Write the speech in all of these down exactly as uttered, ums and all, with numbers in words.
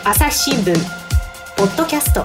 朝日新聞ポッドキャスト、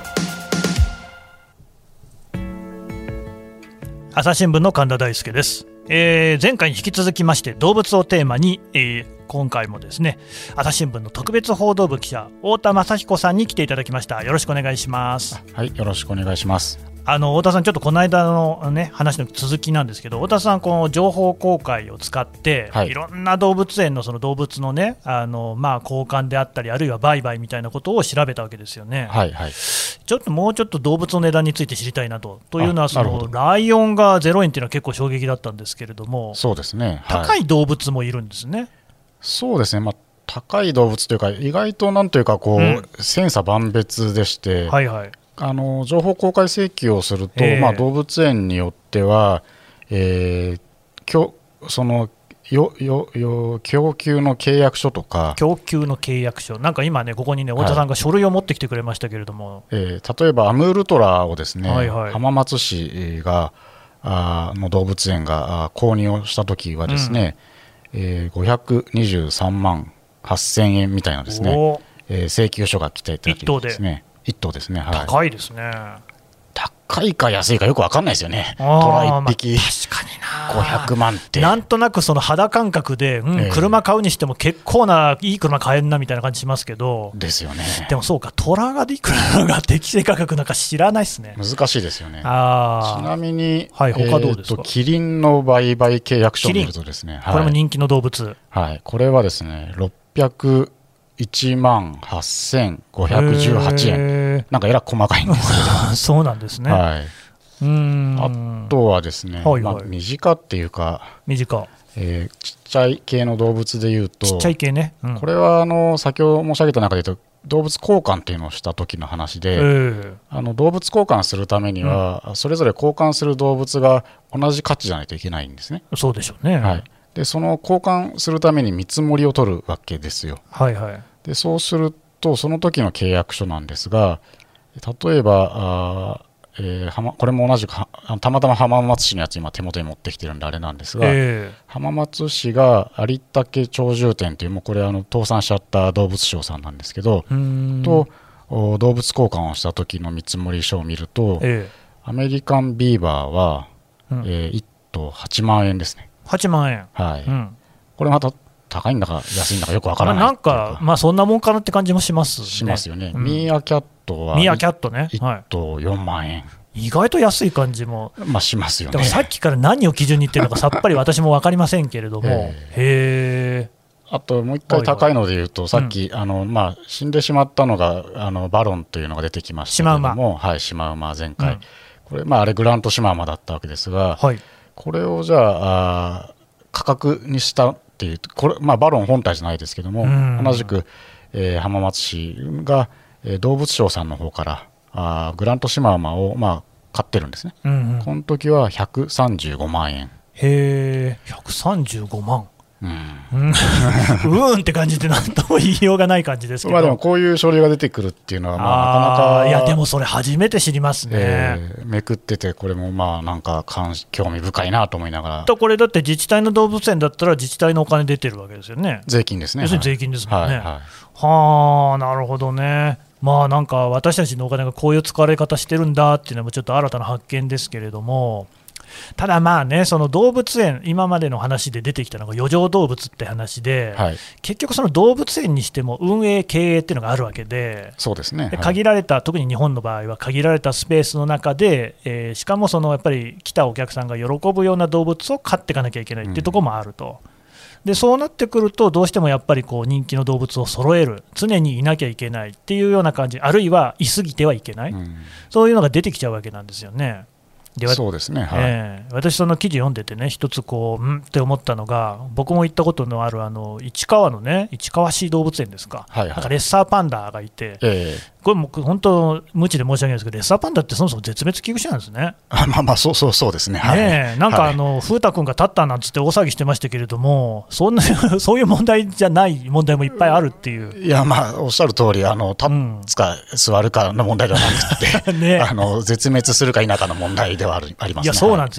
朝日新聞の神田大輔です。えー、前回に引き続きまして動物をテーマに、えー、今回もですね朝日新聞の特別報道部記者太田雅彦さんに来ていただきました。よろしくお願いします。 はい、よろしくお願いします。 あの太田さん、ちょっとこの間の、ね、話の続きなんですけど、太田さん、この情報公開を使って、はい、いろんな動物園のその動物のね、あのまあ、交換であったり、あるいは売買みたいなことを調べたわけですよね。 はいはい、 ちょっともうちょっと動物の値段について知りたいなと。というのはそのライオンがゼロえんというのは結構衝撃だったんですけれども、 そうですね、 はい、高い動物もいるんですね。 そうですね、まあ、高い動物というか意外となんというかこう、うん、千差万別でして、はいはい、あの情報公開請求をすると、えーまあ、動物園によっては、えー、きょそのよよよ供給の契約書とか供給の契約書、なんか今ねここにね太田さんが書類を持ってきてくれましたけれども、はい、 えー、例えばアムールトラをですね、はいはい、浜松市があの動物園が購入をしたときはですね、うん、えー、ごひゃくにじゅうさんまんはっせんえんみたいなですね、えー、請求書が来ていただいてですね、いっ頭ですね、はい、 高いですね。 高いか安いかよく分かんないですよね。トラいっぴき、 まあ、確かになごひゃくまんって、 なんとなくその肌感覚で、うん、えー、車買うにしても結構ないい車買えんなみたいな感じしますけど、 ですよね。 でもそうか、トラがいくらが適正価格なんか知らないですね。 難しいですよね。 あちなみに、 はい、他どうですか。 えー、とキリンの売買契約書を見るとですね、 はい、これも人気の動物、 はい、これはですねろっぴゃくいちまんはっせんごひゃくじゅうはちえん、なんかえらく細かいんですけどそうなんですね。 はい、 うーん、 あとはですね、はいはい、まあ、身近っていうか、 身近、 えー、ちっちゃい系の動物でいうと、 ちっちゃい系ね、うん、 これはあの先ほど申し上げた中で言うと動物交換っていうのをした時の話で、えー、あの動物交換するためには、うん、それぞれ交換する動物が同じ価値じゃないといけないんですね。 そうでしょうね、 はい、でその交換するために見積もりを取るわけですよ。 はいはい、 でそうするとその時の契約書なんですが、例えばあ、えー、これも同じくたまたま浜松市のやつ今手元に持ってきてるんであれなんですが、えー、浜松市が有竹鳥獣店という、もうこれあの倒産しちゃった動物商さんなんですけどと動物交換をした時の見積もり書を見ると、えー、アメリカンビーバーは、うん、えー、いっ頭はちまんえんですね。 はちまんえん、 はい、うん、これまた高いんだか安いんだかよくわからない。 なんか、まあ、そんなもんかなって感じもしますね。 しますよね、うん、ミーアキャットはミーアキャットね、 いっ頭よんまんえん、 意外と安い感じも、 まあ、しますよね。 でもさっきから何を基準に言ってるのかさっぱり私も分かりませんけれども、へー、 あともう一回高いのでいうと、さっき、うん、あのまあ、死んでしまったのがあのバロンというのが出てきましたけれども、はい、シマウマ前回、うん、これ、まあ、あれグラントシマウマだったわけですが、はい、これをじゃあ、あ価格にしたっていうこれ、まあ、バロン本体じゃないですけども、同じく、えー、浜松市が、えー、動物商さんの方からあグラントシマウマを、まあ、買ってるんですね、うんうん、この時はひゃくさんじゅうごまんえん。 へー、ひゃくさんじゅうごまん、うん、うーんって感じで何とも言いようがない感じですけど、 まあでもこういう書類が出てくるっていうのは、まあ、なかなか、 いやでもそれ初めて知りますね、 えー、めくっててこれもまあなんか興味深いなと思いながら。 とこれだって自治体の動物園だったら自治体のお金出てるわけですよね。 税金ですね。 要するに税金ですもんね。はいはい、 はあ、なるほどね。まあなんか私たちのお金がこういう使われ方してるんだっていうのもちょっと新たな発見ですけれども、ただまあね、その動物園、今までの話で出てきたのが余剰動物って話で、はい、結局その動物園にしても運営経営っていうのがあるわけで、 そうですね、 で限られた、はい、特に日本の場合は限られたスペースの中で、えー、しかもそのやっぱり来たお客さんが喜ぶような動物を飼っていかなきゃいけないっていうところもあると、うん、でそうなってくるとどうしてもやっぱりこう人気の動物を揃える、常にいなきゃいけないっていうような感じ、あるいはいすぎてはいけない、うん、そういうのが出てきちゃうわけなんですよね。でそうですね、はい、 えー、私、その記事読んでてね、一つこう、んって思ったのが、僕も行ったことのあるあの市川のね、市川市動物園ですか、はいはい、なんかレッサーパンダがいて、えー、これも本当、無知で申し訳ないですけど、レッサーパンダってそもそも絶滅危惧種なんですね。 あまあまあ、そうそうそうですね、はい、 ねなんかあの、はい、風太君が立ったなんつって大騒ぎしてましたけれども、そんなそういう問題じゃない問題もいっぱいあるっていう。 いや、まあ、おっしゃる通り、あの立つか座るかの問題ではなくて、ね、あの絶滅するか否かの問題ではあるありますね。 いやそうなんですよね、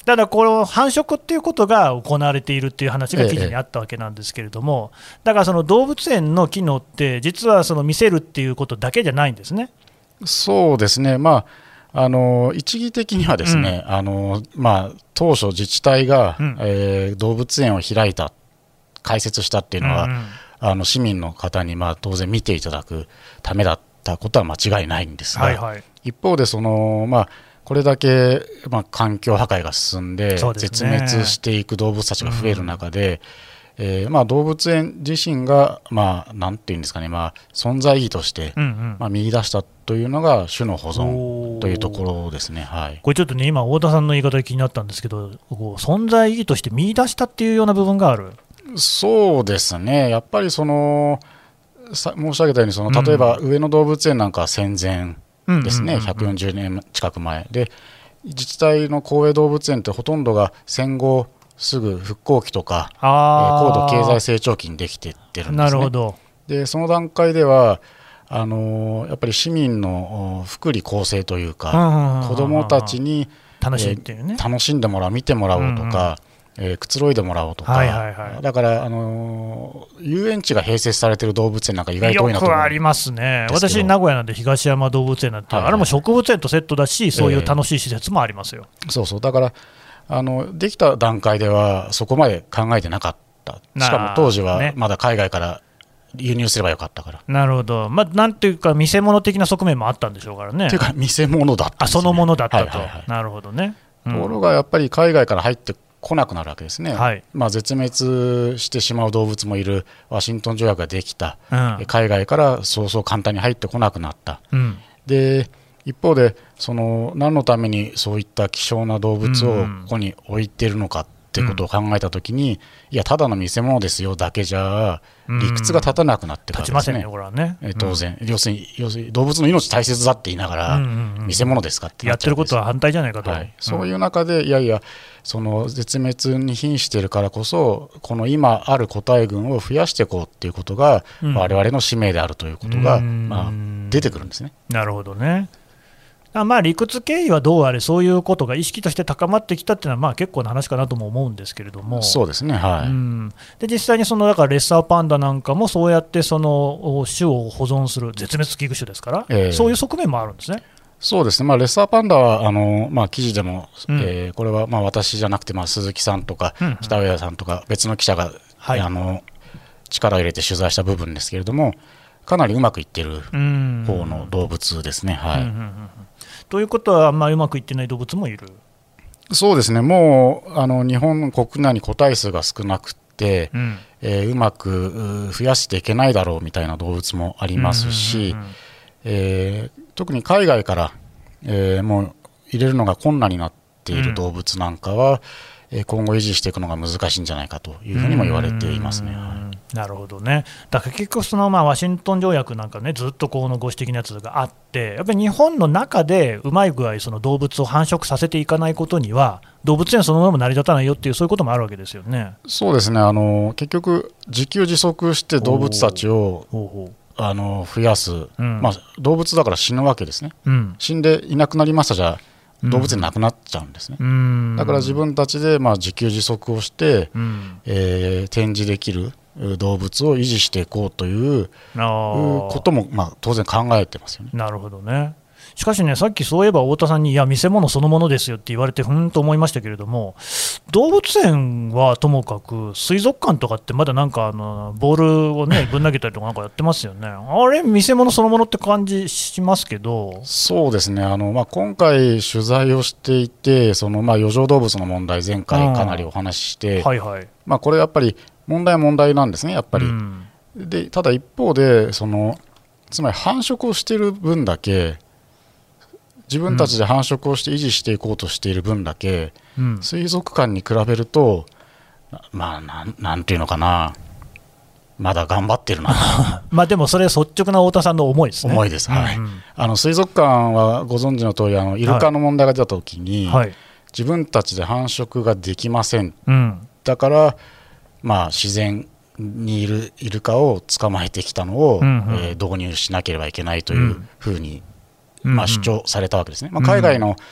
ただ、この繁殖っていうことが行われているっていう話が記事にあったわけなんですけれども、ええ、だからその動物園の機能って、実はその見せるっていうことだけじゃないんですね。 そうですね、まあ、あの一義的にはですね、うん、あのまあ、当初、自治体が、うんえー、動物園を開いた、開設したっていうのは、うんうん、あの市民の方にまあ当然見ていただくためだったことは間違いないんですが、はいはい、一方でその、まあ、これだけ、まあ、環境破壊が進んで、絶滅していく動物たちが増える中で、うんえーまあ、動物園自身が、まあ、なんていうんですかね、まあ、存在意義として、うんうんまあ、見出したというのが種の保存というところですね、はい、 これちょっとね、今、太田さんの言い方で気になったんですけど、こう存在意義として見出したっていうような部分がある。 そうですね、やっぱりそのさ申し上げたように、その例えば上野動物園なんかは戦前ですね、ひゃくよんじゅうねん近く前で、自治体の公営動物園ってほとんどが戦後すぐ復興期とか、えー、高度経済成長期にできていってるんですね。 なるほど。 でその段階ではあのー、やっぱり市民の福利厚生というか、子どもたちに楽しいっていうね、 えー、楽しんでもらう、見てもらおうとか、うんうんえー、くつろいでもらおうとか、はいはいはい、だから、あのー、遊園地が併設されている動物園なんか意外と多いなと思うんですけど。よくありますね。私、名古屋なんで東山動物園なんて、はいはい、あれも植物園とセットだし、そういう楽しい施設もありますよ。 えー、そうそう、だからあのできた段階ではそこまで考えてなかった。しかも当時はまだ海外から輸入すればよかったから。 なるほど、まあ、なんていうか見せ物的な側面もあったんでしょうからね。 というか見せ物だったんですね。 あ、そのものだったと、 はいはいはい、 なるほどね、 うん、ところがやっぱり海外から入って来なくなるわけですね、はいまあ、絶滅してしまう動物もいる、ワシントン条約ができた、うん、海外からそうそう簡単に入ってこなくなった、うん、で一方でその何のためにそういった希少な動物をここに置いてるのかってことを考えたときに、うん、いやただの見せ物ですよだけじゃ理屈が立たなくなってくるんですね。 立ちませんね、これはね、 え当然、うん、要するに、要するに動物の命大切だって言いながら、うんうんうん、見せ物ですかってなっちゃうんです。 やってることは反対じゃないかと、 はい、そういう中でいやいやその絶滅に瀕しているからこそこの今ある個体群を増やしていこうっていうことが、うん、我々の使命であるということが、まあ、出てくるんですね。 なるほどね。まあ、理屈経緯はどうあれそういうことが意識として高まってきたっていうのはまあ結構な話かなとも思うんですけれども。 そうですね、はい、 うん、で実際にそのだからレッサーパンダなんかもそうやってその種を保存する絶滅危惧種ですから、えー、そういう側面もあるんですね。 そうですね、まあ、レッサーパンダはあの、まあ、記事でも、うんえー、これはまあ私じゃなくてまあ鈴木さんとか北上さんとか別の記者が、はい、あの力を入れて取材した部分ですけれども、かなりうまくいっている方の動物ですね。はい、うんうんうん、 ということは、まあ、うまくいってない動物もいる。 そうですね、もうあの日本国内に個体数が少なくて、うんえー、うまく増やしていけないだろうみたいな動物もありますし、うんうんうんえー、特に海外から、えー、もう入れるのが困難になっている動物なんかは、うん、今後維持していくのが難しいんじゃないかというふうにも言われていますね。はい、 なるほどね。だから結局その、まあ、ワシントン条約なんかねずっとこのご指摘のやつがあって、やっぱり日本の中でうまい具合その動物を繁殖させていかないことには動物園そのものも成り立たないよっていうそういうこともあるわけですよね。 そうですね、あの結局自給自足して動物たちをあの増やす、うんまあ、動物だから死ぬわけですね、うん、死んでいなくなりましたじゃ動物園なくなっちゃうんですね、うん、だから自分たちでまあ自給自足をして、うんえー、展示できる動物を維持していこうということもまあ当然考えてますよね。 なるほどね。しかしね、さっきそういえば太田さんにいや見せ物そのものですよって言われてふーんと思いましたけれども、動物園はともかく水族館とかってまだなんかあのボールをねぶん投げたりとかなんかやってますよね。あれ見せ物そのものって感じしますけど。 そうですね、あの、まあ、今回取材をしていてその、まあ、余剰動物の問題前回かなりお話しして、はいはいまあ、これやっぱり問題は問題なんですねやっぱり、うん、でただ一方でそのつまり繁殖をしている分だけ自分たちで繁殖をして維持していこうとしている分だけ、うん、水族館に比べるとまあなん、なんていうのかなまだ頑張ってるなまあでもそれ率直な太田さんの思いですね。 思いです、はい、うんうん、あの水族館はご存知の通りあのイルカの問題が出たときに、はい、自分たちで繁殖ができません、うん、だから、まあ、自然にいるイルカを捕まえてきたのを、うんうんえー、導入しなければいけないというふうに、うんまあ、主張されたわけですね、まあ、海外の、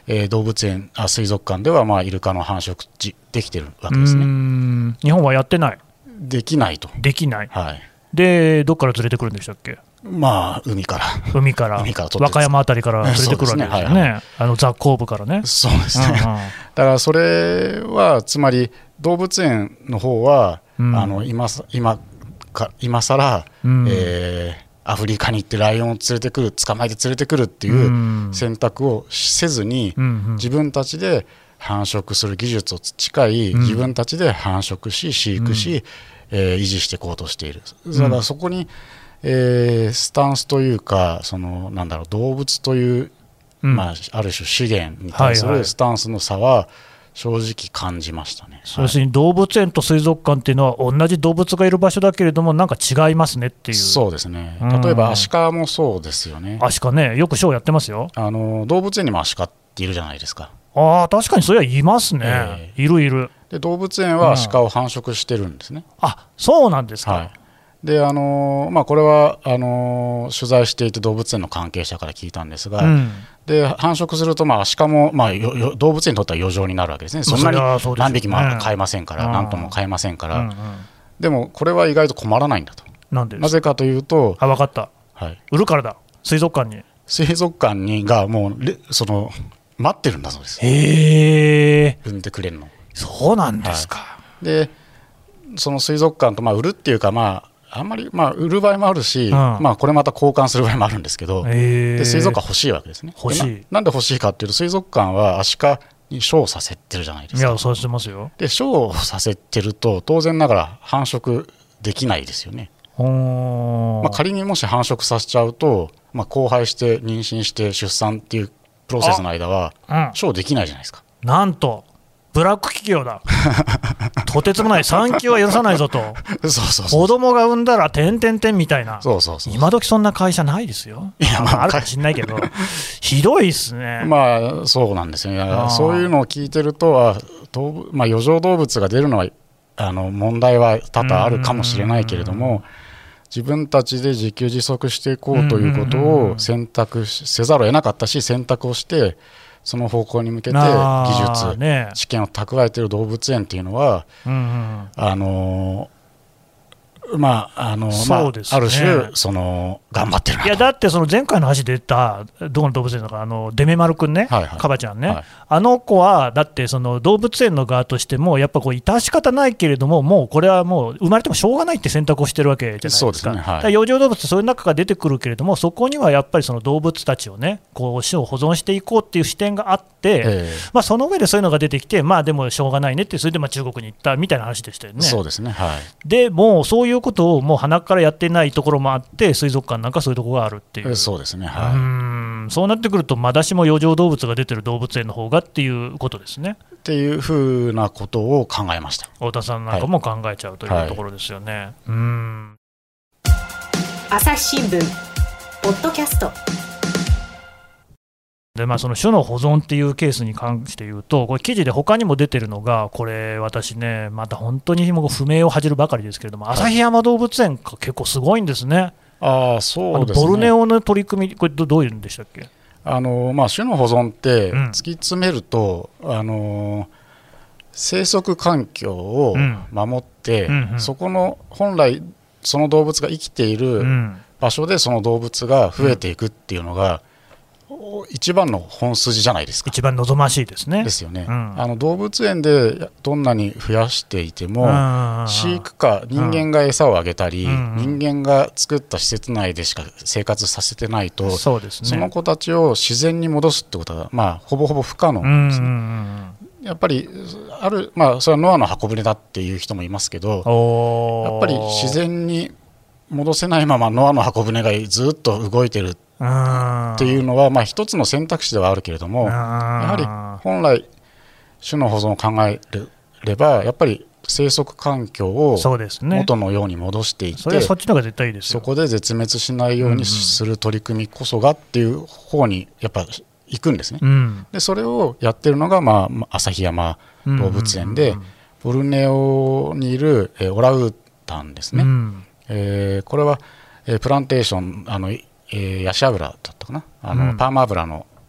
えー、動物園あ水族館ではまあイルカの繁殖地できてるわけですね。 うーん、日本はやってない、 できないと。 できない、 はい、 でどっから連れてくるんでしたっけ。 まあ海から海から海から和歌山あたりから連れてくるわけですよね。 そうですね、はいはい、 あの雑工部からね。 そうですね、 うんうん、 だからそれはつまり動物園の方は、うん、あの 今, 今, か今さら、うんえーアフリカに行ってライオンを連れてくる捕まえて連れてくるっていう選択をせずに、うんうん、自分たちで繁殖する技術を培い、うん、自分たちで繁殖し飼育し、うんえー、維持していこうとしている。だからそこに、えー、スタンスというかそのなんだろう動物という、うんまあ、ある種資源に対するスタンスの差は正直感じましたね。 要するに動物園と水族館っていうのは同じ動物がいる場所だけれどもなんか違いますねっていう。 そうですね。例えばアシカもそうですよね。 アシカね、よくショーやってますよ。 あの動物園にもアシカっているじゃないですか。 ああ確かにそれはいますね、えー、いるいる。 で動物園はアシカを繁殖してるんですね、 うん、あそうなんですか、 はいであのまあ、これはあの取材していて動物園の関係者から聞いたんですが、うん、で繁殖すると、まあ、アシカも、まあ、よよ動物園にとっては余剰になるわけですね。そんなに何匹も飼えませんから、何頭も飼えませんから、うんうん、でもこれは意外と困らないんだと。 なんでなぜかというと、 あ分かった、 はい、 売るからだ。水族館に水族館にがもうその待ってるんだそうです。 へー、 産んでくれるの。 そうなんですか、 はい、でその水族館と、まあ、売るっていうか、まああんまり、まあ、売る場合もあるし、うんまあ、これまた交換する場合もあるんですけど、で水族館欲しいわけですね。 欲しい。 で な, なんで欲しいかっていうと水族館はアシカにショーをさせてるじゃないですか。 いやそうしてますよ。 でショーをさせてると当然ながら繁殖できないですよね。まあ、仮にもし繁殖させちゃうと、まあ、交配して妊娠して出産っていうプロセスの間はショーできないじゃないですか。 なんとブラック企業だとてつもない産休は許さないぞとそうそうそう、 子供が産んだらてんてんてんみたいな。 そうそうそう、 今時そんな会社ないですよ。いや、まあ、あるかもしれないけどひどいっすね。 まあそうなんですよね。そういうのを聞いてるとは、まあ、余剰動物が出るのはあの問題は多々あるかもしれないけれども、自分たちで自給自足していこうということを選択せざるを得なかったし、選択をしてその方向に向けて技術、ね、知見を蓄えている動物園っていうのは、うんうん、あのまああのまあ、ある種その頑張ってるなと。 いやだってその前回の話で出たどこの動物園のかあのデメマル君ね、はいはい、カバちゃんね、はい、あの子はだってその動物園の側としてもやっぱこう致し方ないけれどももうこれはもう生まれてもしょうがないって選択をしてるわけじゃないですか。 そうですね、はい、 だから養生動物そういう中から出てくるけれどもそこにはやっぱりその動物たちをねこう種を保存していこうっていう視点があって、まあ、その上でそういうのが出てきてまあでもしょうがないねってそれでまあ中国に行ったみたいな話でしたよね。 そうですね、はい、 でもうそういうことをもう鼻からやってないところもあって水族館なんかそういうところがあるっていう。 そうですね、はい、 うーんそうなってくるとまだしも余剰動物が出てる動物園の方がっていうことですね。 っていうふうなことを考えました。 太田さんなんかも考えちゃうというところですよね、はい、うーん朝日新聞ポッドキャストでまあ、その種の保存っていうケースに関して言うとこれ記事で他にも出てるのがこれ私ねまた本当にもう不明を恥じるばかりですけれども旭山動物園が結構すごいんですね。 あそうですね、 ボルネオの取り組みこれ ど, どういうんでしたっけ。 あの、まあ、種の保存って突き詰めると、うん、あの生息環境を守って、うんうんうん、そこの本来その動物が生きている場所でその動物が増えていくっていうのが、うん、一番の本筋じゃないですか。 一番望ましいですね。 ですよね、うん、あの動物園でどんなに増やしていても、うん、飼育下人間が餌をあげたり、うん、人間が作った施設内でしか生活させてないと、 そうですね、 その子たちを自然に戻すってことは、まあ、ほぼほぼ不可能なんですね、うんうんうん、やっぱりある、まあ、それはノアの箱舟だっていう人もいますけど、やっぱり自然に戻せないままノアの箱舟がずっと動いてるっていうのは、まあ、一つの選択肢ではあるけれども、やはり本来種の保存を考えればやっぱり生息環境を元のように戻していって、 それはそっちの方が絶対いいですよ。 そこで絶滅しないようにする取り組みこそがっていう方にやっぱ行くんですね、うん、でそれをやってるのが、まあ、旭山動物園で、うんうんうん、ボルネオにいる、えー、オランウータンですね、うんえー、これは、えー、プランテーションあのえー、ヤシ油だったかなあの、うん、パーマ油の、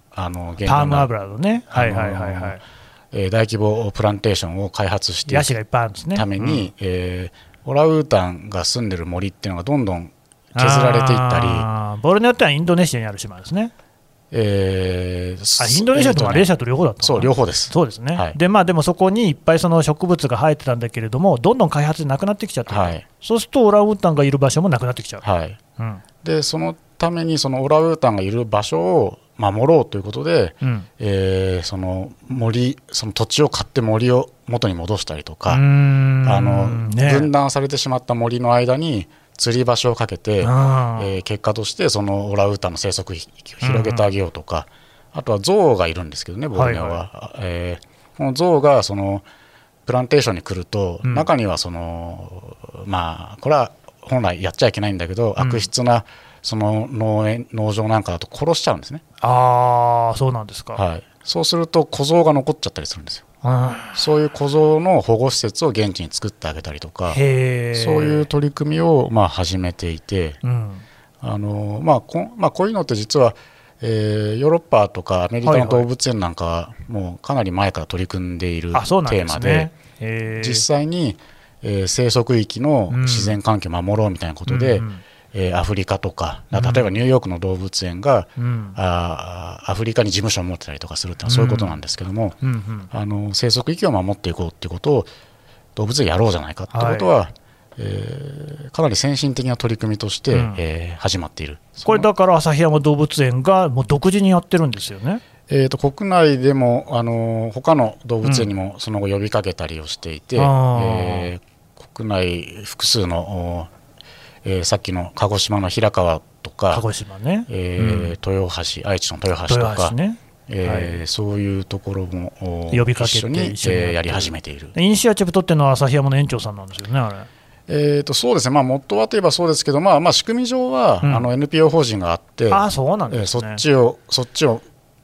あのパーム油のね、はいはいはいはい、 えー、大規模プランテーションを開発していくために、うんえー、オランウータンが住んでる森っていうのがどんどん削られていったり、 ボルネオってのはインドネシアにある島ですね。 えー、 あインドネシアとマレーシアと両方だったのかな。 そう両方です。 そうですね、 はい、 でまあ、でもそこにいっぱいその植物が生えてたんだけれども、どんどん開発でなくなってきちゃって、はい、そうするとオランウータンがいる場所もなくなってきちゃう、 はいうん、でそのためにそのオランウータンがいる場所を守ろうということで、うんえー、その森その土地を買って森を元に戻したりとか、あのね、分断されてしまった森の間に釣り場所をかけて、えー、結果としてそのオランウータンの生息域を広げてあげようとか、うん、あとはゾウがいるんですけどね、ボルネオは、はいはいえー、このゾウがそのプランテーションに来ると、うん、中にはその、まあ、これは本来やっちゃいけないんだけど、うん、悪質なその 農, 園農場なんかだと殺しちゃうんですね。 ああそうなんですか、 はい、そうすると小ゾウが残っちゃったりするんですよ。そういう小ゾウの保護施設を現地に作ってあげたりとか、そういう取り組みをまあ始めていて、うんあのまあ こ, まあ、こういうのって実は、えー、ヨーロッパとかアメリカの動物園なんかはもうかなり前から取り組んでいるテーマで、実際に、えー、生息域の自然環境を守ろうみたいなことで、うんうんえー、アフリカとか、例えばニューヨークの動物園が、うん、あアフリカに事務所を持ってたりとかするってのはそういうことなんですけども、うんうんうん、あの生息域を守っていこうっていうことを動物園やろうじゃないかってことは、はいえー、かなり先進的な取り組みとして、うんえー、始まっている。 これだから旭山動物園がもう独自にやってるんですよね。 えー、と国内でもあの他の動物園にもその後呼びかけたりをしていて、うんえー、国内複数のえー、さっきの鹿児島の平川とか鹿児島、ねえーうん、豊橋愛知の豊橋とか、ねえーはい、そういうところも呼びかけて一緒に、えー、やり始めている。 イニシアチブ取ってるのは旭山の園長さんなんですよね。あれえー、とそうですね、まあ、元はといえばそうですけど、まあまあ、仕組み上は、うん、あの エヌピーオー 法人があって、 あそうなんですね、 えー、そっちを、そっちを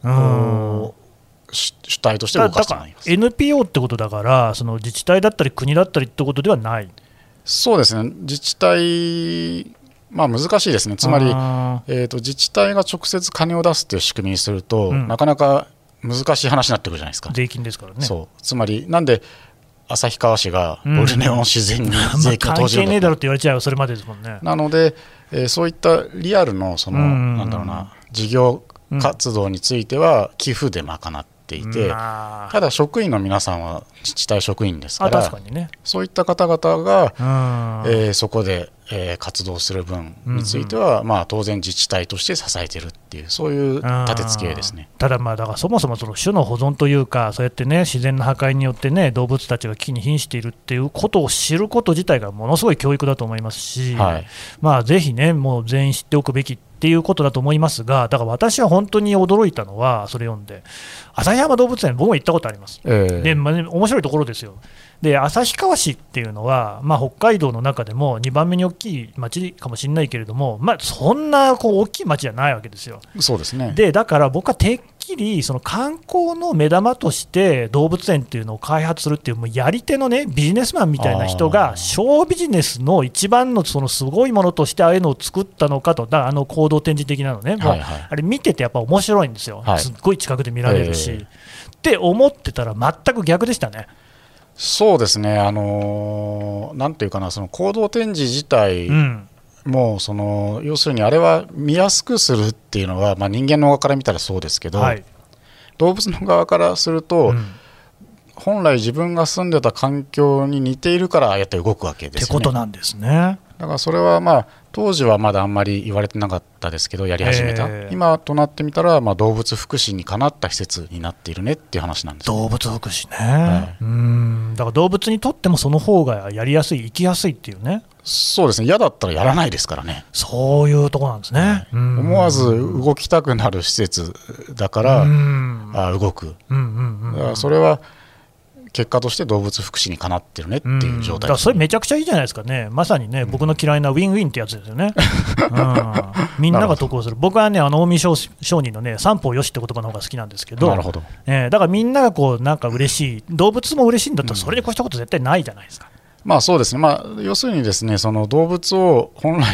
主体として動かしてもらいます。 エヌピーオー ってことだから、その自治体だったり国だったりってことではない。 そうですね、自治体、まあ、難しいですね。つまり、えー、と自治体が直接金を出すという仕組みにすると、うん、なかなか難しい話になってくるじゃないですか。 税金ですからね。 そうつまりなんで旭川市がボルネオの自然に税金を投じるのか、 まあ、関係ねえだろって言われちゃうよ、それまでですもんね。 なので、えー、そういったリアルのその、なんだろうな、事業活動については寄付で賄っていて、うん、ただ職員の皆さんは自治体職員ですから、 確かにね、 そういった方々が、えー、そこで、えー、活動する分については、うんうんまあ、当然自治体として支えてるっていう、そういう立て付けですね。 ただ、まあだからそもそもその種の保存というか、そうやってね、自然の破壊によってね、動物たちが危機に瀕しているっていうことを知ること自体がものすごい教育だと思いますし、はい、まあぜひね、もう全員知っておくべきっていうことだと思いますが、だから私は本当に驚いたのは、それ読んで、旭山動物園、僕も行ったことあります、えーでまあね、面白いところですよ。で旭川市っていうのは、まあ、北海道の中でもにばんめに大きい町かもしれないけれども、まあ、そんなこう大きい町じゃないわけですよ。 そうですね。 でだから僕はてっきりその観光の目玉として動物園っていうのを開発するっていう、もうやり手のねビジネスマンみたいな人がショービジネスの一番のそのすごいものとしてああいうのを作ったのかと。だからあの行動展示的なのね、もうあれ見ててやっぱ面白いんですよ、はい、すっごい近くで見られるし、えー、って思ってたら全く逆でしたね。 そうですね、あのー、なんていうかな、その行動展示自体も、その要するにあれは見やすくするっていうのは、まあ、人間の側から見たらそうですけど、はい、動物の側からすると、うん、本来自分が住んでた環境に似ているからああやって動くわけですよね。 ってことなんですね。 だからそれは、まあ、当時はまだあんまり言われてなかったですけど、やり始めた、今となってみたら、まあ、動物福祉にかなった施設になっているねっていう話なんです、ね、 動物福祉ね、はい、うーんだから動物にとってもその方がやりやすい、生きやすいっていうね。 そうですね、嫌だったらやらないですからね。 そういうところなんですね、はい、 思わず動きたくなる施設だからあ動く、うんうんうんうん、だからそれは結果として動物福祉にかなってるねっていう状態です、ね、だからそれめちゃくちゃいいじゃないですかね。まさにね、僕の嫌いなウィンウィンってやつですよね、うん、みんなが得をする。僕はね、あの近江商人のね、三方よしって言葉の方が好きなんですけど、 なるほど、 えー、だからみんながこうなんか嬉しい、動物も嬉しいんだったらそれに越したこと絶対ないじゃないですか、 うん、まあそうですね、まあ、要するにですね、その動物を本来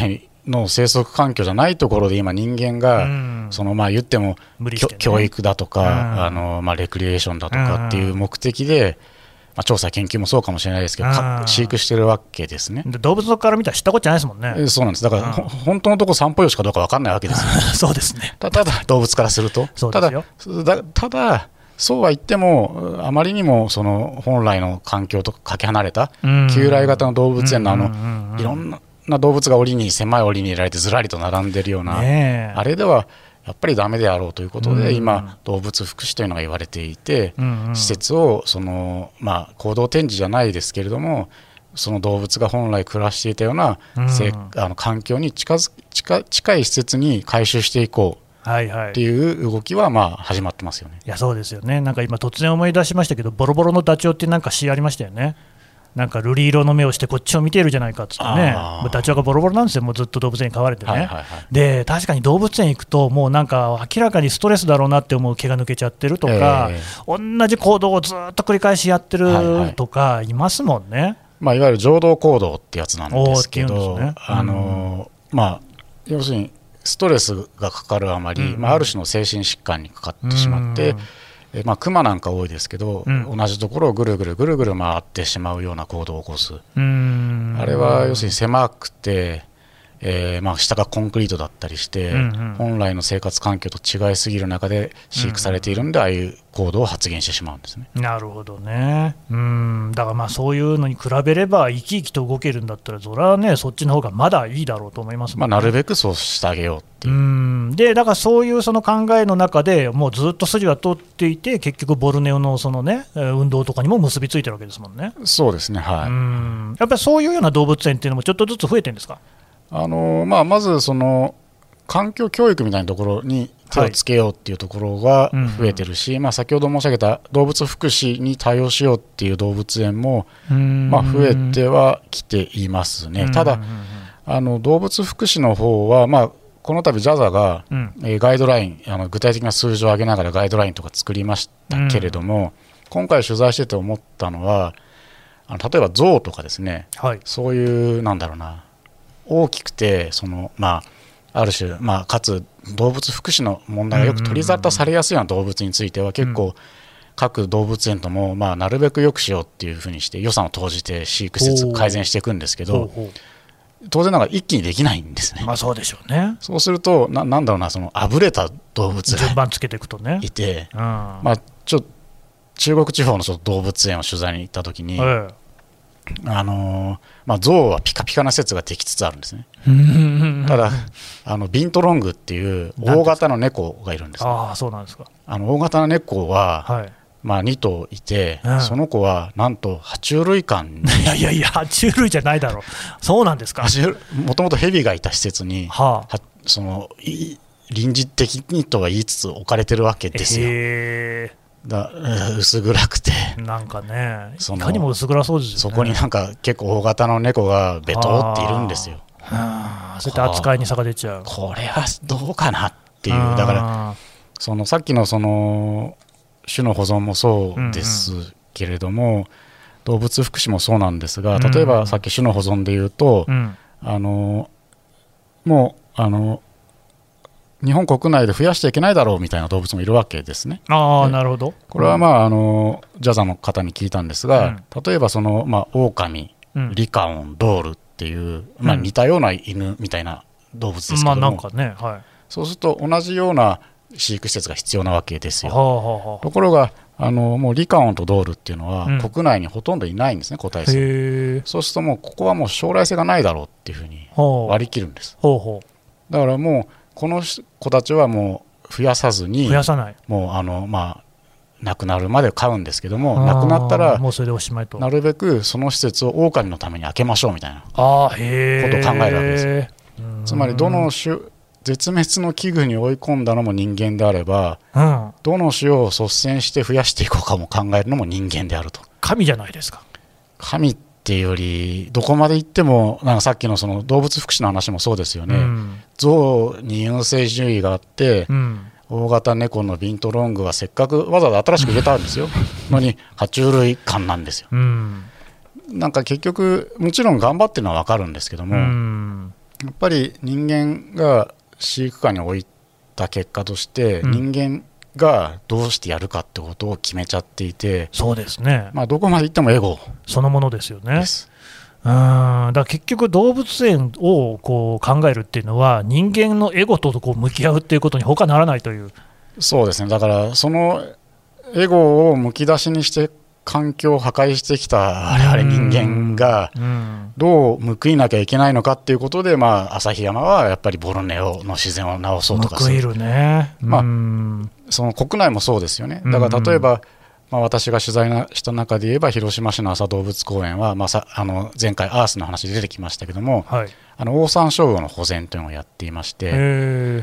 の生息環境じゃないところで今人間が、うん、そのまあ言ってもね、教育だとか、うん、あのまあレクリエーションだとかっていう目的で、まあ、調査研究もそうかもしれないですけど、飼育してるわけですね。 動物から見たら知ったことじゃないですもんね。 そうなんです。だから、うん、本当のとこ散歩用しかどうか分かんないわけですよそうですね。 ただ動物からするとそうですよ。 ただただそうは言ってもあまりにもその本来の環境とかけ離れた旧来型の動物園のあのいろんなな動物が檻に狭い檻に入れられてずらりと並んでるような、ね、あれではやっぱりダメであろうということで、うん、今動物福祉というのが言われていて、うんうん、施設をその、まあ、行動展示じゃないですけれどもその動物が本来暮らしていたような、うん、あの環境に近づ近近い施設に改修していこうはいはい、っていう動きはまあ始まってますよね。 いやそうですよね。なんか今突然思い出しましたけどボロボロのダチョウってなんか詩ありましたよね。なんか瑠璃色の目をしてこっちを見ているじゃないかっつってね、ダチョウがボロボロなんですよ、もうずっと動物園に飼われてね、はいはいはい、で確かに動物園行くともうなんか明らかにストレスだろうなって思う毛が抜けちゃってるとか、えー、同じ行動をずっと繰り返しやってるとかいますもんね、はいはいまあ、いわゆる情動行動ってやつなんですけど、ねあのーまあ、要するにストレスがかかるあまり、うんまあ、ある種の精神疾患にかかってしまって、うんえまあ、クマなんか多いですけど、うん、同じところをぐるぐるぐるぐる回ってしまうような行動を起こす。うんあれは要するに狭くて、えーまあ、下がコンクリートだったりして、うんうん、本来の生活環境と違いすぎる中で飼育されているんで、うん、ああいう行動を発現してしまうんですね。 なるほどね。うんだからまあそういうのに比べれば生き生きと動けるんだったらそれはねそっちの方がまだいいだろうと思いますもんね。 まあ、なるべくそうしてあげようっていう。 うんでだからそういうその考えの中でもうずっと筋は通っていて結局ボルネオのそのね運動とかにも結びついてるわけですもんね。 そうですね、はい、 うんやっぱりそういうような動物園っていうのもちょっとずつ増えてるんですか。 あのまあ、まずその環境教育みたいなところに手をつけようっていうところが増えてるし、はいうんうんまあ、先ほど申し上げた動物福祉に対応しようっていう動物園もまあ増えてはきていますね。ただあの動物福祉の方はまあこの度 ジャザ が、うんえー、ガイドラインあの具体的な数字を上げながらガイドラインとか作りましたけれども、うん、今回取材してて思ったのはあの例えばゾウとかですね、はい、そういうなんだろうな大きくてその、まあ、ある種、まあ、かつ動物福祉の問題がよく取り沙汰されやすいような動物については結構各動物園とも、まあ、なるべく良くしようっていうふうにして予算を投じて飼育施設改善していくんですけど当然ながら一気にできないんですね。 まあ、そうでしょうね。 そうすると な, なんだろうなそのあぶれた動物が順番つけていくとねいて、うんまあ、ちょ中国地方のちょっと動物園を取材に行った時に、ええあのーまあ、ゾウはピカピカな施設ができつつあるんですねただあのビントロングっていう大型の猫がいるんです、ね、 ああそうなんですか。 あの大型の猫は、はいまあ、に頭いて、うん、その子はなんと爬虫類館にいやいやいや爬虫類じゃないだろう。そうなんですか。 もともとヘビがいた施設に、はあ、はその臨時的にとは言いつつ置かれてるわけですよ。へーだ薄暗くてなんかねいかにも薄暗そうですよね。 そこになんか結構大型の猫がベトーっているんですよ。 はあそうやって扱いに差が出ちゃう。 これはどうかなっていう。だからそのさっきのその種の保存もそうですけれども、うんうん、動物福祉もそうなんですが例えばさっき種の保存でいうと、うん、あのもうあの日本国内で増やしていけないだろうみたいな動物もいるわけですね。 あなるほど。 これは、まあ、あのジャザの方に聞いたんですが、うん、例えばその、まあ、オオカミ、うん、リカオン、ドールっていう、まあ、似たような犬みたいな動物ですけども、まあなんかねはい、そうすると同じような飼育施設が必要なわけですよ。はあはあ、ところがあのもうリカオンとドールっていうのは、うん、国内にほとんどいないんですね個体数。そうするともうここはもう将来性がないだろうっていうふうに割り切るんです。ほうほうだからもうこの子たちはもう増やさずに増やさないもうあの、まあ、亡くなるまで飼うんですけども亡くなったらもうそれでおしまいとなるべくその施設を狼のために開けましょうみたいなことを考えるわけですよ。つまりどの種絶滅の危惧に追い込んだのも人間であれば、うん、どの種を率先して増やしていこうかも考えるのも人間であると。 神じゃないですか。 神っていうよりどこまで行ってもなんかさっきのその動物福祉の話もそうですよね、うん、象に優生順位があって、うん、大型猫のビントロングはせっかくわざわざ新しく入れたんですよのに爬虫類館なんですよ、うん、なんか結局もちろん頑張ってるのは分かるんですけども、うん、 やっぱり人間が飼育下に置いた結果として、うん、人間がどうしてやるかってことを決めちゃっていて、 そうですね、 まあ、どこまでいってもエゴそのものですよね。 です。 うん、だから結局、動物園をこう考えるっていうのは、人間のエゴとこう向き合うっていうことに他ならないという。 そうですね、だからそのエゴをむき出しにして環境を破壊してきた我々人間がどう報いなきゃいけないのかっていうことで、まあ、旭山はやっぱりボルネオの自然を直そうとかする。 報いるね、 まあ、その国内もそうですよね。だから例えば、まあ、私が取材した中で言えば広島市の安佐動物公園は、まあ、さあの前回アースの話で出てきましたけども、はい、あのオオサンショウウオの保全というのをやっていまして、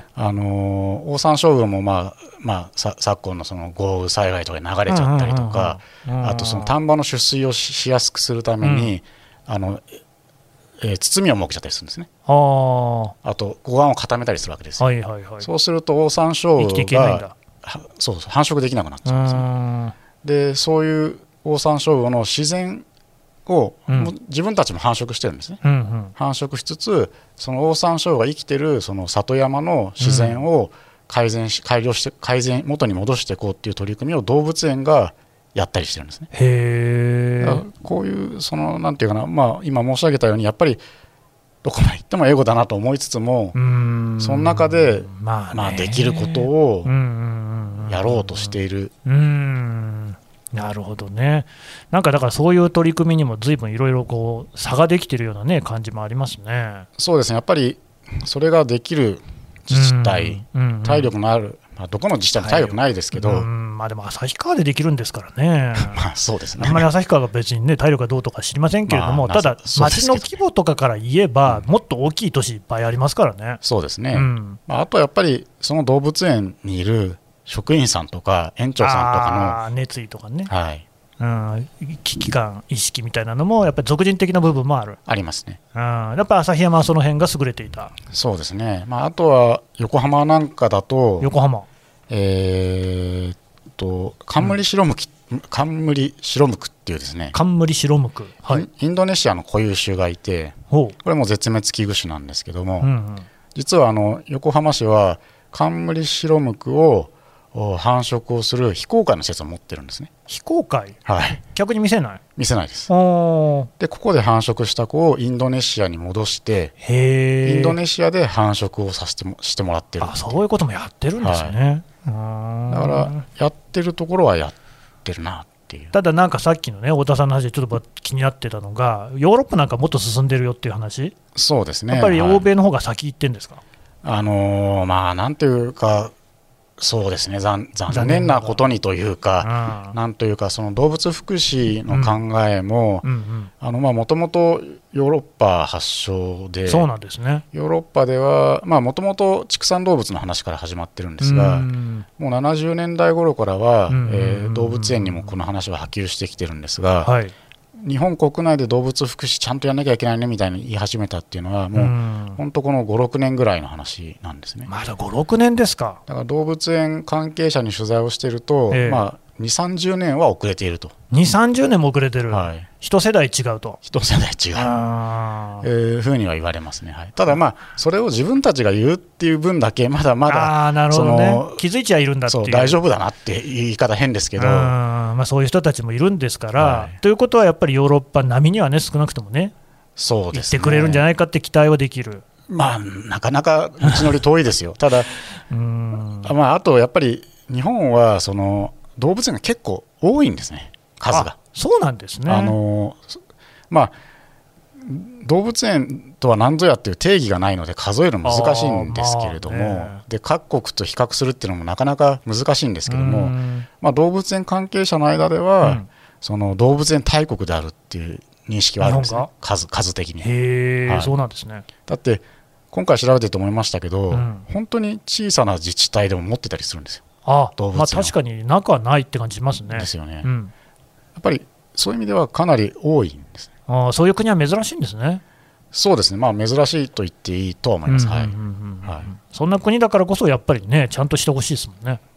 あのオオサンショウウオも、まあまあ、さ昨今のその豪雨災害とかで流れちゃったりとか、あとその田んぼの出水を し, しやすくするために、うん、あのえー、包みを設けちゃったりするんですね。あ, あと護岸を固めたりするわけですよ、はいはいはい、そうするとオオサンショウウオが生きていけないんだ。そうそう、繁殖できなくなっちゃうんですね。でそういうオオサンショウウオの自然を、うん、自分たちも繁殖してるんですね、うんうん、繁殖しつつそのオオサンショウウオが生きてるその里山の自然を改善し、改良して改善元に戻していこうっていう取り組みを動物園がやったりしてるんですね。へー。こういうそのなんていうかな、まあ、今申し上げたようにやっぱりどこまで行ってもエゴだなと思いつつも、うーん、その中で、まあまあ、できることをやろうとしている。 うーん、なるほどね。なんかだからそういう取り組みにも随分いろいろこう差ができているような、ね、感じもありますね。 そうですね、やっぱりそれができる自治体、うんうんうん、体力のある、まあ、どこの自治体も体力ないですけど、うん、 まあ、でも旭川でできるんですからねまあそうですね、 あんまり旭川が別に、ね、体力がどうとか知りませんけれども、まあ、ただ町の規模とかから言えば、うん、もっと大きい都市いっぱいありますからね。 そうですね、うん、まあ、あとやっぱりその動物園にいる職員さんとか園長さんとかの熱意とかね、 はい、 うん、危機感、意識みたいなのもやっぱり俗人的な部分もある。 ありますね。 うん、やっぱり旭山はその辺が優れていた。 そうですね、まあ、あとは横浜なんかだと横浜、 えー、っと冠白むき、うん、冠白むくっていうですね、 冠白むく、はい、 インドネシアの固有種がいて、これも絶滅危惧種なんですけども、うんうん、実はあの横浜市は冠白むくを繁殖をする非公開の施設を持ってるんですね。 非公開、 はい、 逆に見せない？ 見せないです。でここで繁殖した子をインドネシアに戻してへインドネシアで繁殖をさせてもしてもらってるって。 あ、そういうこともやってるんですね、 はい、だからやってるところはやってるなっていう。 ただなんかさっきのね太田さんの話でちょっと気になってたのが、ヨーロッパなんかもっと進んでるよっていう話。 そうですね、 やっぱり欧米の方が先行ってるんですか？ はい、あのー、まあなんていうか、そうですね、 残, 残念なことにというか、なんというか、その動物福祉の考えももともとヨーロッパ発祥で、 そうなんですね、 ヨーロッパではもともと畜産動物の話から始まってるんですが、もうななじゅうねんだい頃からは、えー、動物園にもこの話は波及してきてるんですが、はい、日本国内で動物福祉ちゃんとやらなきゃいけないねみたいに言い始めたっていうのはもう本当このご、ろくねんぐらいの話なんですね。 まだご、ろくねんですか。 だから動物園関係者に取材をしていると、えーまあ、にじゅう、さんじゅうねんは遅れていると。 にじゅう、さんじゅうねんも遅れてる、はい、一世代違うと。 一世代違う、あ、えー、ふうには言われますね、はい、ただまあそれを自分たちが言うっていう分だけまだまだ、 あ、なるほどね、気づいちゃいるんだっていう、 そう大丈夫だなっていう言い方変ですけど、 あ、まあ、そういう人たちもいるんですから、はい、ということはやっぱりヨーロッパ並みにはね、少なくともね、 そうですね、 言ってくれるんじゃないかって期待はできる。 まあなかなか道のり遠いですよただうーん、まあ、あとやっぱり日本はその動物園が結構多いんですね、数が。 そうなんですね。 あの、まあ、動物園とは何ぞやっていう定義がないので数えるの難しいんですけれども、まあね、で各国と比較するっていうのもなかなか難しいんですけども、まあ、動物園関係者の間では、うん、その動物園大国であるっていう認識はあるんですね、数、数的に。 へー、はい、そうなんですね。 だって今回調べてると思いましたけど、うん、本当に小さな自治体でも持ってたりするんですよ。 あ、まあ、確かになくはないって感じしますね。 ですよね、うん、やっぱりそういう意味ではかなり多いんですね。 あ、そういう国は珍しいんですね。 そうですね、まあ、珍しいと言っていいとは思います。そんな国だからこそやっぱりね、ちゃんとしてほしいですもんね。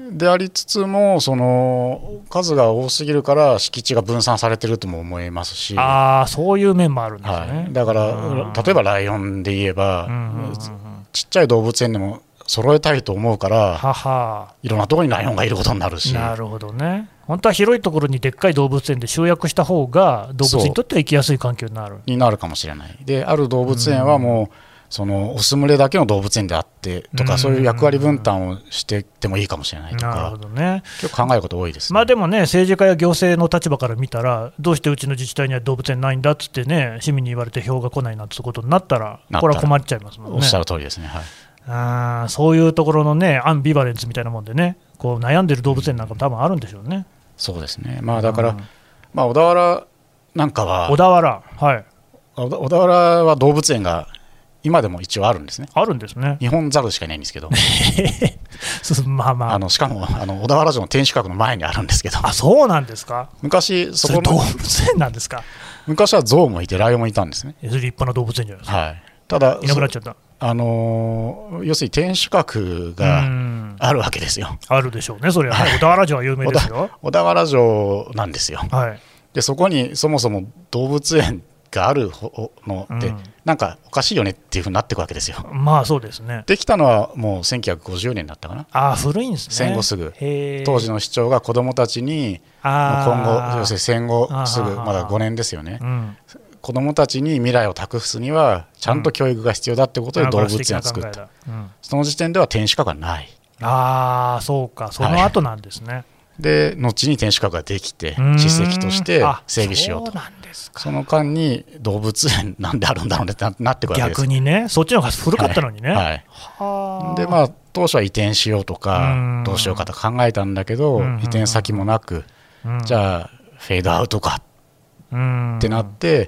でありつつもその数が多すぎるから敷地が分散されてるとも思いますし、 あそういう面もあるんですね、 はい、だから例えばライオンで言えば、うんうんうんうん、ちっちゃい動物園でも揃えたいと思うからははいろんなところにライオンがいることになるし。 なるほどね。本当は広いところにでっかい動物園で集約した方が動物にとっては生きやすい環境になるになるかもしれない。である動物園はもう、うんそのオス群れだけの動物園であってとか、そういう役割分担をしていってもいいかもしれないとか、なるほどね、結構考えること多いですね。 まあでもね、政治家や行政の立場から見たら、どうしてうちの自治体には動物園ないんだっつってね、市民に言われて票が来ないなんてことになったら、これは困っちゃいますもんね。 おっしゃる通りですね、はい、 あそういうところのね、アンビバレンスみたいなもんでね、こう悩んでる動物園なんかも多分あるんでしょうね。 そうですね、まあ、だから、まあ、小田原なんかは、 小田原、はい、 小田原は動物園が今でも一応あるんですね。 あるんですね。 日本ザルしかいないんですけどまあまあ、 あのしかもあの小田原城の天守閣の前にあるんですけど。 あ、そうなんですか。 昔そこの動物園なんですか。 昔はゾウもいてライオンもいたんですね。 立派な動物園じゃないですか、 はい、ただいなくなっちゃった。 あのー、要するに天守閣があるわけですよ。 あるでしょうね、それはね、はい、小田原城は有名ですよ。 小田原城なんですよ、 はい、でそこにそもそも動物園があるのって、うん、なんかおかしいよねっていうふうになっていくわけですよ。 まあそうですね。 できたのはもうせんきゅうひゃくごじゅうねんだったかな。 あ古いんですね。 戦後すぐ。当時の市長が子どもたちに今後要するに戦後すぐまだごねんですよね、うん、子どもたちに未来を託すにはちゃんと教育が必要だってことで動物園を作った、うん、その時点では天守閣がない。 ああそうか、その後なんですね、はい、 で後に天守閣ができて史跡として整備しようと。 そうなんですか。 その間に動物園なんであるんだろうねってなってくるわけです。 逆にね、そっちの方が古かったのにね、 はいはい、はでまあ当初は移転しようとかどうしようかと考えたんだけど、移転先もなく、じゃあフェードアウトかってなって、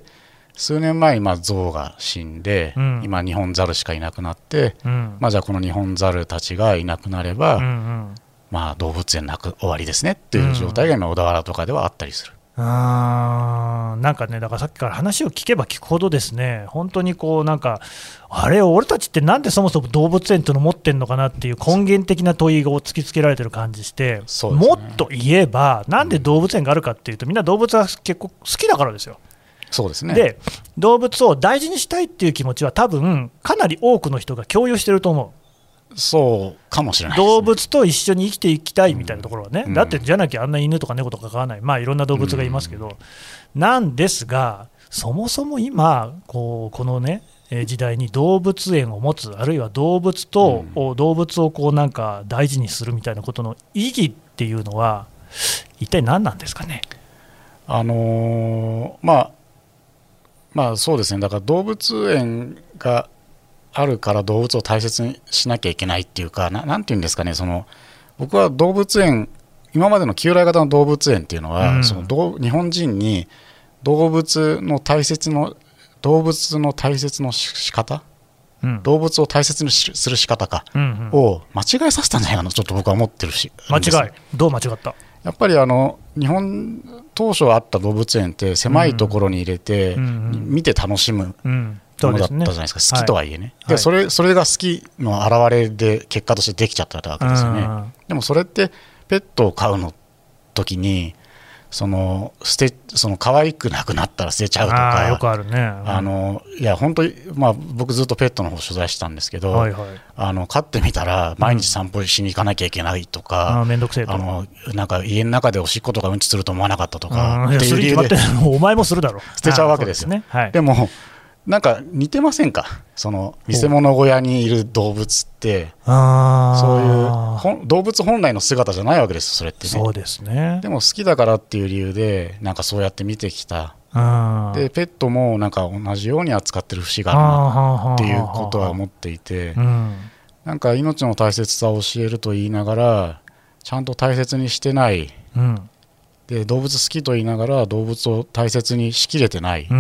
数年前にまあゾウが死んで、今ニホンザルしかいなくなって、まあじゃあこのニホンザルたちがいなくなれば、まあ動物園なく終わりですねっていう状態が今小田原とかではあったりする。 あなんかね、だからさっきから話を聞けば聞くほどですね、本当にこうなんかあれ俺たちってなんでそもそも動物園っていうのを持ってんのかなっていう根源的な問いを突きつけられてる感じして、 そうですね、 もっと言えばなんで動物園があるかっていうと、みんな動物は結構好きだからですよ。 そうですね。 で動物を大事にしたいっていう気持ちは多分かなり多くの人が共有してると思う。 そうかもしれないですね。 動物と一緒に生きていきたいみたいなところはね、うん、だってじゃなきゃあんな犬とか猫とか飼わない、まあいろんな動物がいますけど、うん、なんですがそもそも今こうこのね時代に動物園を持つ、あるいは動物と、うん、動物をこうなんか大事にするみたいなことの意義っていうのは一体何なんですかね。 あのー、まあまあそうですね、だから動物園があるから動物を大切にしなきゃいけないっていうか、な、なんていうんですかね、その僕は動物園、今までの旧来型の動物園っていうのは、うん、そのどう日本人に動物の大切の動物の大切の仕方、うん、動物を大切にする仕方か、うんうん、を間違えさせたんじゃないかなとちょっと僕は思ってるし。 間違い、どう間違った？ やっぱりあの日本当初あった動物園って狭いところに入れて、うんうん、見て楽しむ、うんものだったじゃないですか、すね、好きとはいえね、はい、でそれ、それが好きの表れで結果としてできちゃったわけですよね。でもそれってペットを飼うの時にその捨てその可愛くなくなったら捨てちゃうとか、 あよくあるね、うん、 あのいや本当に、まあ、僕ずっとペットの方取材したんですけど、はいはい、あの飼ってみたら毎日散歩しに行かなきゃいけないとか、 うん、あめんどくせえと、 あのなんか家の中でおしっことかうんちすると思わなかったとか、 うん、っていう理由でお前もするだろ捨てちゃうわけですよ。 ですね、はい、 でもなんか似てませんか、その見せ物小屋にいる動物って、あそういう動物本来の姿じゃないわけですよ、それってね。 そうですね。 でも好きだからっていう理由でなんかそうやって見てきた。でペットもなんか同じように扱ってる節があるなっていうことは思っていて、なんか命の大切さを教えると言いながらちゃんと大切にしてない、うん、で動物好きと言いながら動物を大切にしきれてない、うん、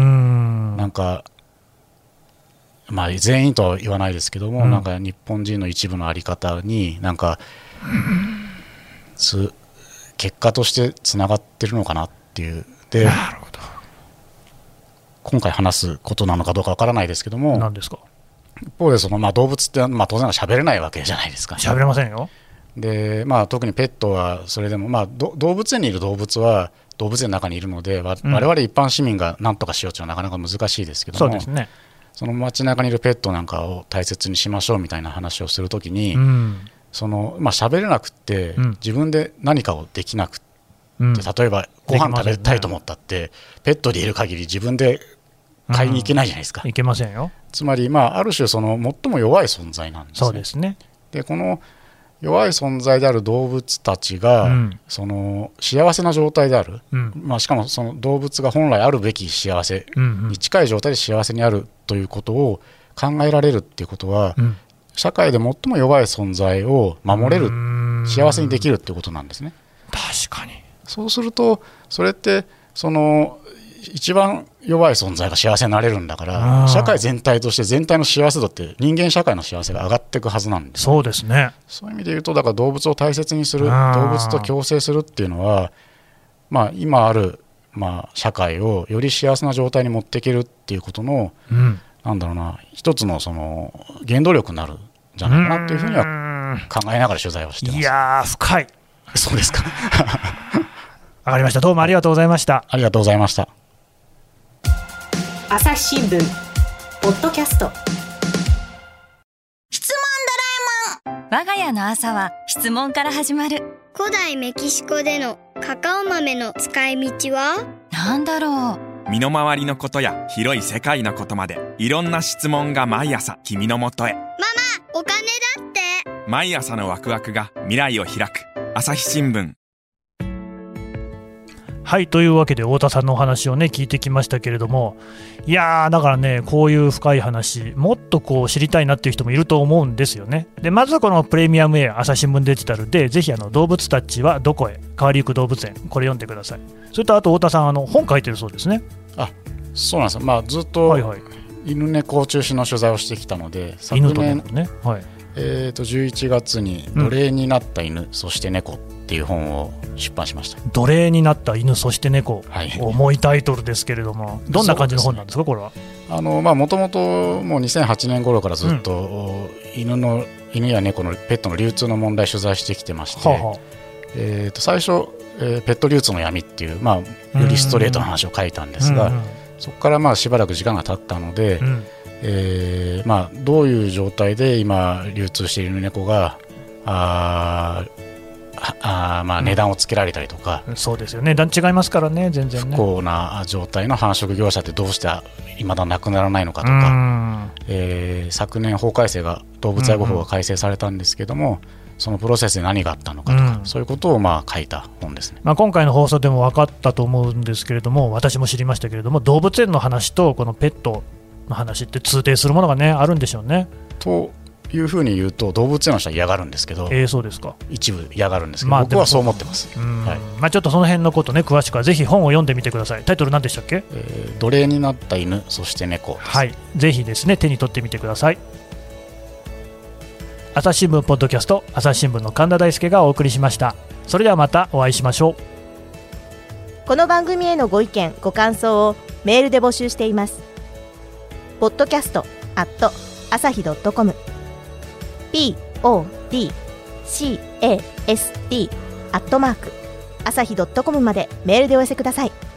なんかまあ、全員とは言わないですけども、うん、なんか日本人の一部の在り方になんかつ結果としてつながってるのかなっていう。でなるほど。 今回話すことなのかどうかわからないですけども、 何ですか。 一方でその、まあ、動物って、まあ、当然は喋れないわけじゃないですか。 喋れませんよ。 で、まあ、特にペットはそれでも、まあ、動物園にいる動物は動物園の中にいるので、我々一般市民が何とかしようというのはなかなか難しいですけども、 そうですね、 その街中にいるペットなんかを大切にしましょうみたいな話をするときに、 うん、 そのまあ、喋れなくって、うん、自分で何かをできなくって、うん、例えばご飯食べたいと思ったって、ね、ペットでいる限り自分で買いに行けないじゃないですか、 うん、行けませんよ。 つまり、まあ、ある種その最も弱い存在なんですね。 そうですね。 でこの弱い存在である動物たちが、うん、その幸せな状態である、うんまあ、しかもその動物が本来あるべき幸せに近い状態で幸せにあるということを考えられるっていうことは、うん、社会で最も弱い存在を守れる、幸せにできるっていうことなんですね。 確かに。 そうするとそれってその一番弱い存在が幸せになれるんだから、社会全体として全体の幸せ度って人間社会の幸せが上がっていくはずなんです、ね、 そうですね。 そういう意味で言うとだから動物を大切にする、動物と共生するっていうのは、まあ、今ある、まあ、社会をより幸せな状態に持っていけるっていうことの、うん、なんだろうな、一つのその原動力になるんじゃないかなというふうには考えながら取材をしています。 いやー深い。 そうですかわかりました。どうもありがとうございました。 ありがとうございました。 朝日新聞ポッドキャスト。 質問ドラえもん。我が家の朝は質問から始まる。 古代メキシコでのカカオ豆の使い道は？ なんだろう。身の回りのことや広い世界のことまでいろんな質問が毎朝君のもとへ。 ママ、お金だって。 毎朝のワクワクが未来を開く。朝日新聞。 はい、というわけで太田さんのお話をね聞いてきましたけれども、いやーだからね、こういう深い話もっとこう知りたいなっていう人もいると思うんですよね。でまずはこのプレミアム A 朝日新聞デジタルでぜひあの動物たちはどこへ、変わりゆく動物園、これ読んでください。それとあと太田さんあの本書いてるそうですね。 あ、そうなんですよ、まあ、ずっと犬猫中心の取材をしてきたので、昨年、犬と猫ね、はい、えー、とじゅういちがつに奴隷になった犬、うん、そして猫っていう本を出版しました。 奴隷になった犬そして猫、はい、重いタイトルですけれども、どんな感じの本なんですか、これは。 もともともうにせんはちねん頃からずっと、うん、犬の犬や猫のペットの流通の問題取材してきてまして、はあはあ、えー、と最初、えー、ペット流通の闇っていう、まあ、よりストレートな話を書いたんですが、そこからまあしばらく時間が経ったので、うん、えーまあ、どういう状態で今流通している猫がああまあ値段をつけられたりとか、 うん、そうですよね、値段違いますからね、全然ね。 不幸な状態の繁殖業者ってどうしていまだなくならないのかとか、えー、昨年法改正が動物愛護法が改正されたんですけども、うんうん、そのプロセスで何があったのかとか、うん、そういうことをまあ書いた本ですね。 まあ、今回の放送でも分かったと思うんですけれども、私も知りましたけれども、動物園の話とこのペットの話って通底するものが、ね、あるんでしょうね。 というふうに言うと動物園の人は嫌がるんですけど、 えー、そうですか。 一部嫌がるんですけど、まあ、僕はそう思ってます。 はい、まあ、ちょっとその辺のこと、ね、詳しくはぜひ本を読んでみてください。タイトル何でしたっけ？ えー、奴隷になった犬そして猫です。 はい、ぜひですね手に取ってみてください。朝日新聞ポッドキャスト、朝日新聞の神田大輔がお送りしました。それではまたお会いしましょう。 この番組へのご意見ご感想をメールで募集しています。ポッドキャストアット朝日ドットコム ピーオーディーシーエーエスティー アットマーク朝日ドットコムまでメールでお寄せください。